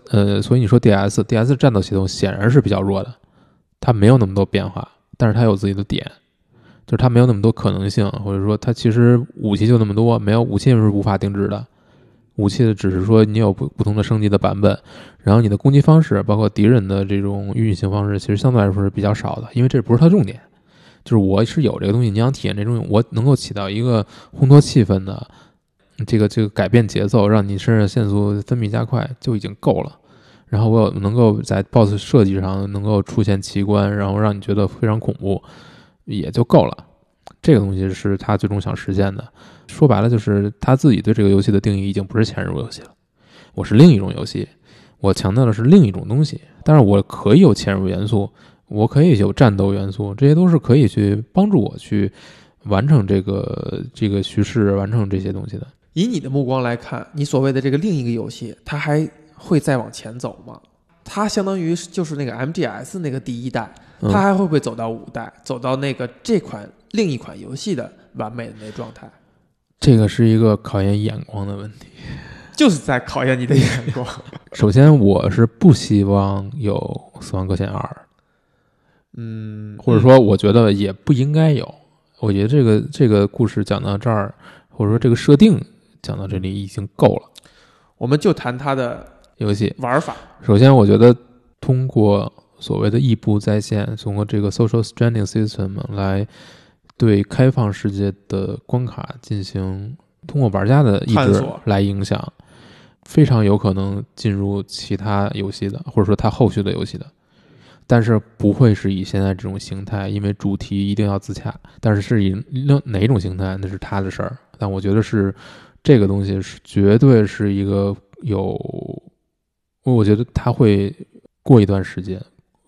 DS 战斗系统显然是比较弱的，它没有那么多变化，但是它有自己的点，就是它没有那么多可能性，或者说它其实武器就那么多，没有武器是无法定制的，武器的只是说你有不同的升级的版本，然后你的攻击方式包括敌人的这种运行方式其实相对来说是比较少的，因为这不是它重点，就是我是有这个东西，你想体验这种我能够起到一个烘托气氛的这个改变节奏，让你身上腺素分泌加快就已经够了，然后我能够在 BOSS 设计上能够出现奇观，然后让你觉得非常恐怖也就够了。 这个东西是他最终想实现的。说白了就是他自己对这个游戏的定义已经不是潜入游戏了，我是另一种游戏，我强调的是另一种东西，但是我可以有潜入元素，我可以有战斗元素，这些都是可以去帮助我去完成这个叙事，完成这些东西的。 以你的目光来看，你所谓的这个另一个游戏，它还会再往前走吗？它相当于就是那个 MGS 那个第一代，它还会不会走到5代，走到那个这款另一款游戏的完美的那个状态？ 这个是一个考验眼光的问题， 就是在考验你的眼光。 首先，我是不希望有《死亡搁浅2》，或者说我觉得也不应该有。我觉得这个故事讲到这儿，或者说这个设定讲到这里已经够了。 我们就谈它的游戏玩法。 首先，我觉得通过所谓的异步在线，通过这个 social stranding system 来对开放世界的关卡进行通过玩家的意志来影响，非常有可能进入其他游戏的，或者说它后续的游戏的，但是不会是以现在这种形态，因为主题一定要自洽，但是以哪种形态那是他的事儿。但我觉得是这个东西是绝对是一个我觉得他会过一段时间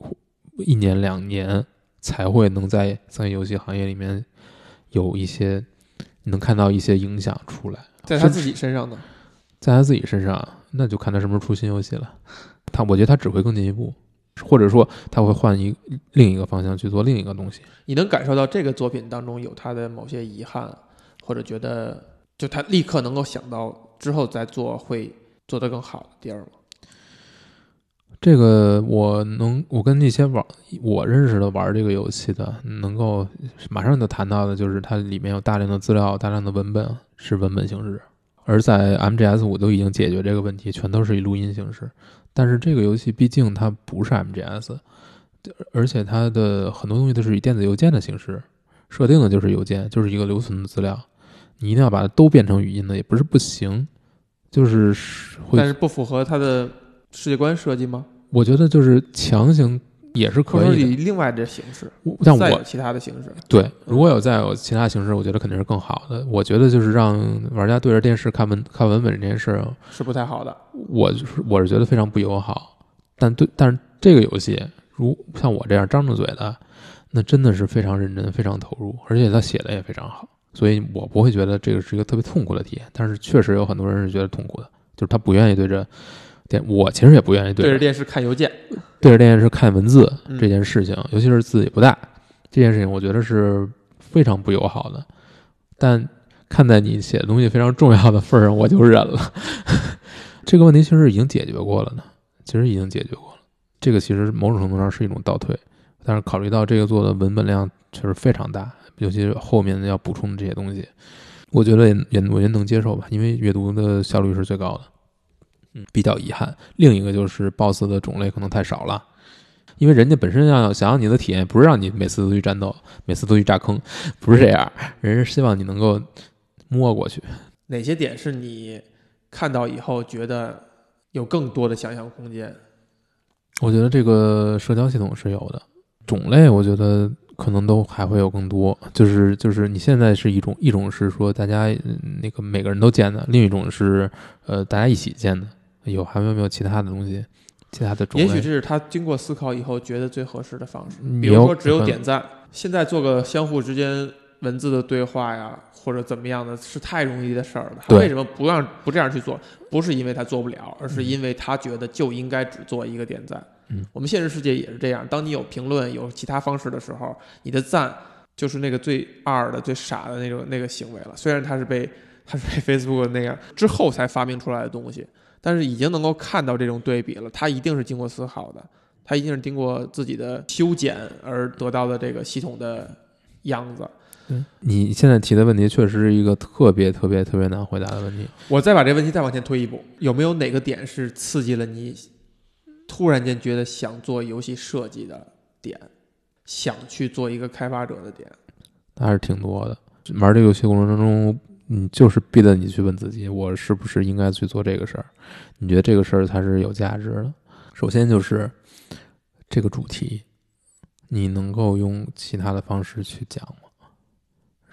，1年2年才会能在商业游戏行业里面有一些能看到一些影响出来。 在他自己身上呢？ 在他自己身上，那就看他什么时候出新游戏了。我觉得他只会更进一步，或者说他会换另一个方向去做另一个东西。 你能感受到这个作品当中有他的某些遗憾，或者觉得就他立刻能够想到之后再做会做得更好的地儿吗？ 这个我跟那些我认识的玩这个游戏的，能够马上就谈到的就是它里面有大量的资料，大量的文本是文本形式，而在 MGS5 都已经解决这个问题，全都是以录音形式。但是这个游戏毕竟它不是 MGS， 而且它的很多东西都是以电子邮件的形式设定的，就是邮件，就是一个留存的资料，你一定要把它都变成语音的也不是不行，就是但是不符合它的世界观设计吗？ 我觉得就是强行也是可以的， 或者以另外的形式， 但再有其他的形式。 对，如果再有其他形式，我觉得肯定是更好的。我觉得就是让玩家对着电视看文本这件事是不太好的。 我是觉得非常不友好。但是这个游戏，如像我这样张着嘴的，那真的是非常认真、非常投入，而且他写的也非常好，所以我不会觉得这个是一个特别痛苦的体验。但是确实有很多人是觉得痛苦的，就是他不愿意对着。我其实也不愿意对着电视看邮件， 对着电视看文字这件事情，尤其是字也不大，这件事情我觉得是非常不友好的。但看在你写的东西非常重要的份上，我就忍了。这个问题其实已经解决过了呢，这个其实某种程度上是一种倒退，但是考虑到这个做的文本量确实非常大，尤其是后面要补充的这些东西，我觉得我也能接受吧，因为阅读的效率是最高的。比较遗憾。另一个就是 BOSS 的种类可能太少了，因为人家本身想让你的体验不是让你每次都去战斗，每次都去炸坑，不是这样，人是希望你能够摸过去。 哪些点是你看到以后觉得有更多的想象空间？ 我觉得这个社交系统是有的，种类我觉得可能都还会有更多，就是你现在是一种是说大家那个每个人都建的，另一种是大家一起建的。还有没有其他的东西，其他的种类？ 也许这是他经过思考以后觉得最合适的方式。比如说只有点赞，现在做个相互之间文字的对话呀，或者怎么样的，是太容易的事儿了。他为什么不这样去做？不是因为他做不了，而是因为他觉得就应该只做一个点赞。我们现实世界也是这样，当你有评论有其他方式的时候，你的赞就是那个最二的最傻的那个行为了。虽然它是被 Facebook 那样之后才发明出来的东西，但是已经能够看到这种对比了，它一定是经过思考的，它一定是经过自己的修剪而得到的这个系统的样子。 你现在提的问题确实是一个特别特别特别难回答的问题。 我再把这个问题再往前推一步，有没有哪个点是刺激了你突然间觉得想做游戏设计的点，想去做一个开发者的点？ 还是挺多的。玩这个游戏过程当中，就是逼得你去问自己，我是不是应该去做这个事儿？你觉得这个事儿才是有价值的？首先就是这个主题，你能够用其他的方式去讲吗？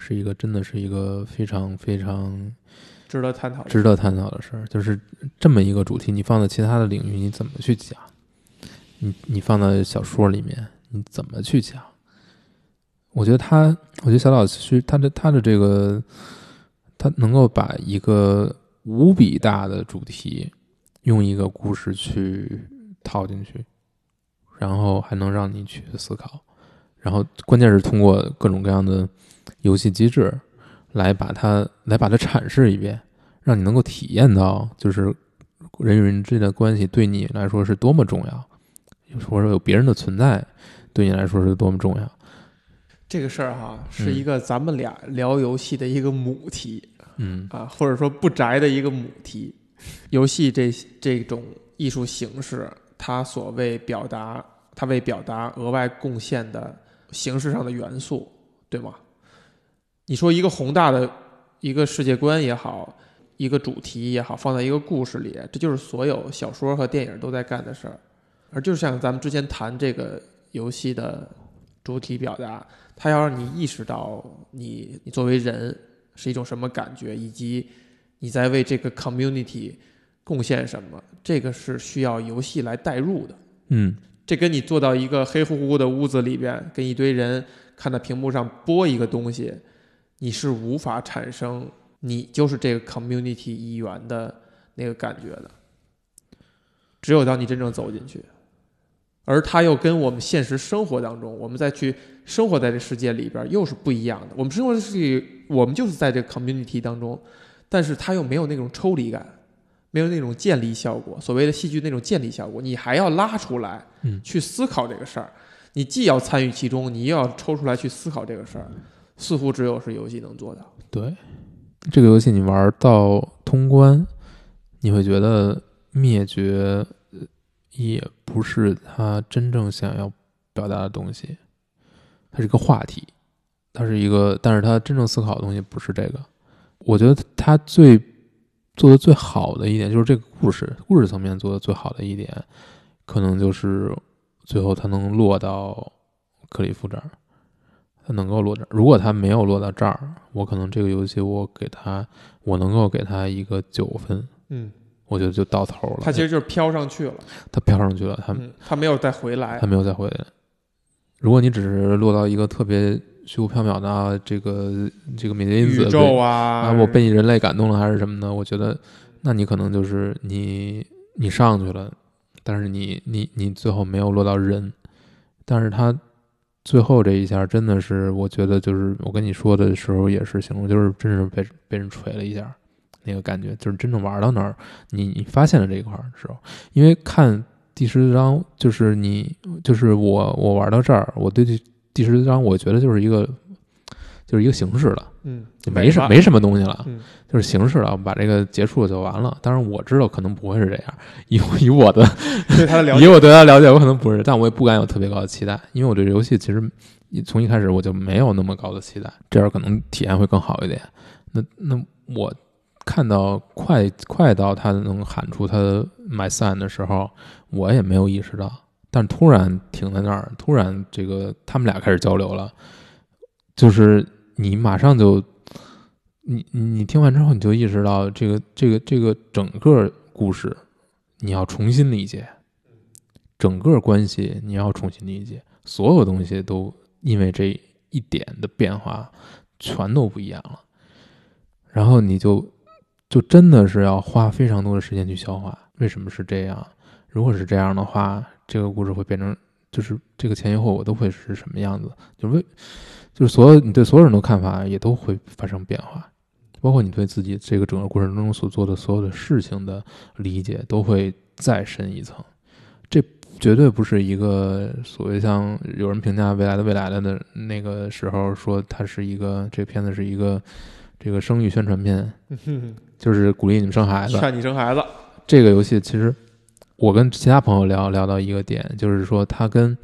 真的是一个非常非常值得探讨的事儿。就是这么一个主题，你放在其他的领域你怎么去讲？你放在小说里面你怎么去讲？我觉得小岛虚他的这个，他能够把一个无比大的主题用一个故事去套进去，然后还能让你去思考，然后关键是通过各种各样的游戏机制来把它阐释一遍，让你能够体验到就是人与人之间的关系对你来说是多么重要，或者说有别人的存在对你来说是多么重要。 这个事儿是一个咱们俩聊游戏的一个母题，或者说不宅的一个母题。游戏这种艺术形式，它为表达额外贡献的形式上的元素，对吗？你说一个宏大的一个世界观也好，一个主题也好，放在一个故事里，这就是所有小说和电影都在干的事儿。而就像咱们之前谈这个游戏的主体表达，它要让你意识到你作为人是一种什么感觉，以及你在为这个 community 贡献什么，这个是需要游戏来带入的。这跟你坐到一个黑乎乎的屋子里边，跟一堆人看到屏幕上播一个东西，你是无法产生你就是这个 community 一员的那个感觉的。只有当你真正走进去，而它又跟我们现实生活当中，我们再去生活在这世界里边又是不一样的。我们生活在世界，我们就是在这个 community 当中，但是它又没有那种抽离感，没有那种建立效果，所谓的戏剧那种建立效果，你还要拉出来去思考这个事儿。你既要参与其中，你又要抽出来去思考这个事儿，似乎只有是游戏能做到。 对，这个游戏你玩到通关，你会觉得灭绝也不是他真正想要表达的东西，它是一个话题，但是他真正思考的东西不是这个。我觉得他做的最好的一点就是这个故事层面做的最好的一点，可能就是最后他能落到克里夫这儿，他能够落这儿。如果他没有落到这儿，我可能这个游戏我能够给他一个9分，我觉得就到头了。 他其实就是飘上去了，他没有再回来， 如果你只是落到一个特别虚无缥缈的这个美蝶因子宇宙我被你人类感动了还是什么的，我觉得那你可能就是你上去了，但是你最后没有落到人。但是他最后这一下真的是，我觉得就是我跟你说的时候也是形容，就是真是被人锤了一下，那个感觉就是真正玩到那儿，你发现了这一块的时候，因为看第10章就是我玩到这儿，我对第10章我觉得就是一个形式了，没什么东西了，就是形式了，我们把这个结束了就完了。当然我知道可能不会是这样，以我对他的了解，我可能不是，但我也不敢有特别高的期待，因为我对这游戏其实从一开始我就没有那么高的期待，这样可能体验会更好一点。那我看到快到他能喊出他的 My Son 的时候，我也没有意识到，但突然停在那儿，突然这个他们俩开始交流了，就是你马上就你听完之后，你就意识到这个整个故事你要重新理解，整个关系你要重新理解，所有东西都因为这一点的变化全都不一样了，然后你就真的是要花非常多的时间去消化为什么是这样。如果是这样的话，这个故事会变成就是这个前因后果都会是什么样子，就是你对所有人的看法也都会发生变化，包括你对自己这个整个过程中所做的所有的事情的理解都会再深一层。这绝对不是一个所谓像有人评价未来的那个时候说它是一个这个片子是一个这个生育宣传片，就是鼓励你们生孩子， 劝你生孩子。 这个游戏其实我跟其他朋友聊到一个点，就是说它跟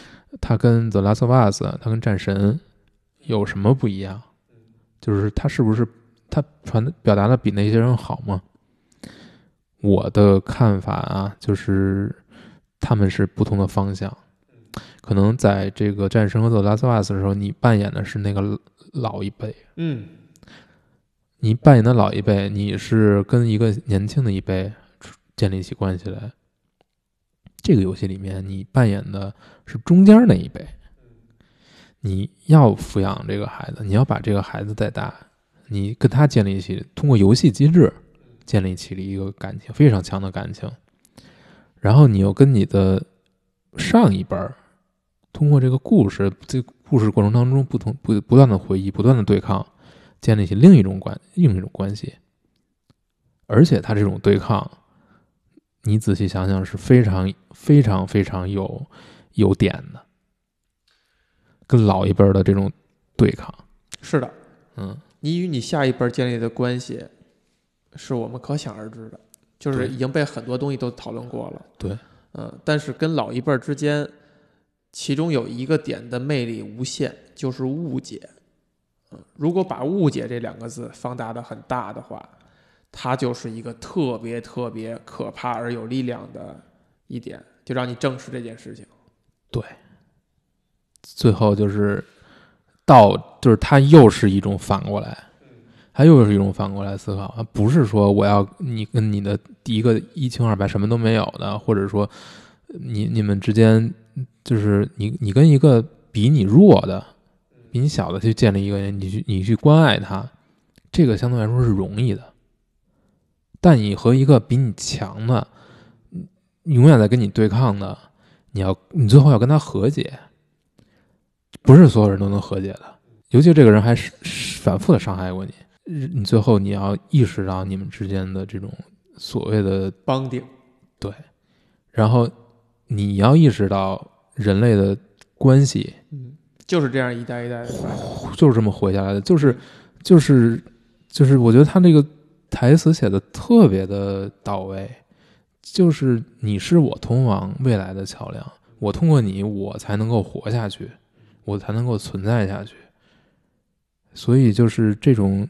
The Last of Us 它跟战神有什么不一样，就是它是不是它表达的比那些人好吗？我的看法就是他们是不同的方向，可可能在这个《战神》和《The Last of Us》的时候，你扮演的是那个老一辈，你扮演的老一辈，你是跟一个年轻的一辈建立起关系来。这个游戏里面，你扮演的是中间那一辈，你要抚养这个孩子，你要把这个孩子带大，你跟他建立起通过游戏机制建立起了一个感情，非常强的感情。然后你又跟你的上一辈通过这个故事过程当中不断的回忆，不断的对抗，建立起另一种关系。而且他这种对抗，你仔细想想是非常非常非常有点的，跟老一辈的这种对抗。 是的，你与你下一辈建立的关系是我们可想而知的，就是已经被很多东西都讨论过了。 对， 但是跟老一辈之间，其中有一个点的魅力无限，就是误解。如果把误解这两个字放大的很大的话，它就是一个特别特别可怕而有力量的一点，就让你正视这件事情。 对，最后就是它又是一种反过来，它又是一种反过来思考。它不是说我要你跟你的第一个一清二白什么都没有的，或者说你们之间就是你跟一个比你弱的、比你小的去建立一个人，你去关爱他，这个相对来说是容易的。但你和一个比你强的，永远在跟你对抗的，你最后要跟他和解，不是所有人都能和解的。尤其这个人还是反复的伤害过你，你最后你要意识到你们之间的这种所谓的绑定， 对，然后你要意识到人类的关系， 就是这样一代一代的， 就是这么活下来的，就是我觉得他这个台词写的特别的到位，就是你是我通往未来的桥梁，我通过你，我才能够活下去，我才能够存在下去。所以就是这种，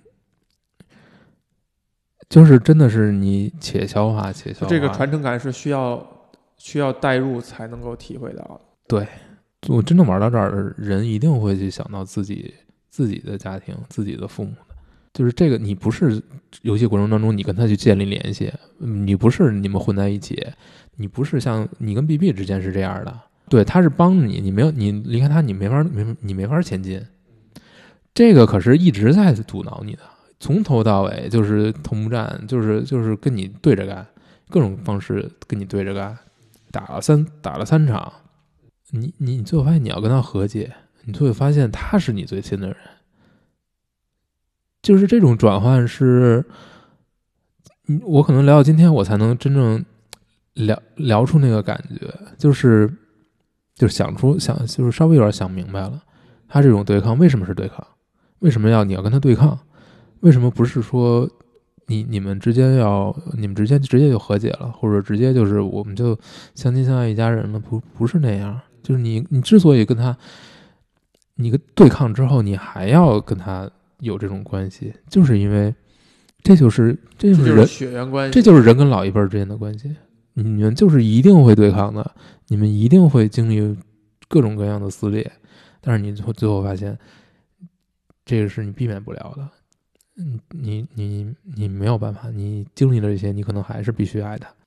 就是真的是你且消化， 这个传承感是需要带入才能够体会到的。 对，我真正玩到这儿的人一定会去想到自己的家庭、自己的父母的。就是这个，你不是游戏过程当中你跟他去建立联系，你不是你们混在一起，你不是像你跟 BB 之间是这样的，对，他是帮你，你离开他，你没法前进。这个可是一直在阻挠你的，从头到尾就是头目战，就是跟你对着干，各种方式跟你对着干，打了三场，你最后发现你要跟他和解，你最后发现他是你最亲的人。就是这种转换是，我可能聊到今天，我才能真正聊出那个感觉，就是就是稍微有点想明白了，他这种对抗为什么是对抗？为什么你要跟他对抗？为什么不是说你们之间直接就和解了，或者直接就是我们就相亲相爱一家人了？不是那样，就是你之所以跟他你跟对抗之后，你还要跟他有这种关系，就是因为这就是人血缘关系， 这就是人跟老一辈之间的关系。你们就是一定会对抗的，你们一定会经历各种各样的撕裂，但是你最后发现，这个是你避免不了的。你没有办法，你经历了这些，你可能还是必须爱他。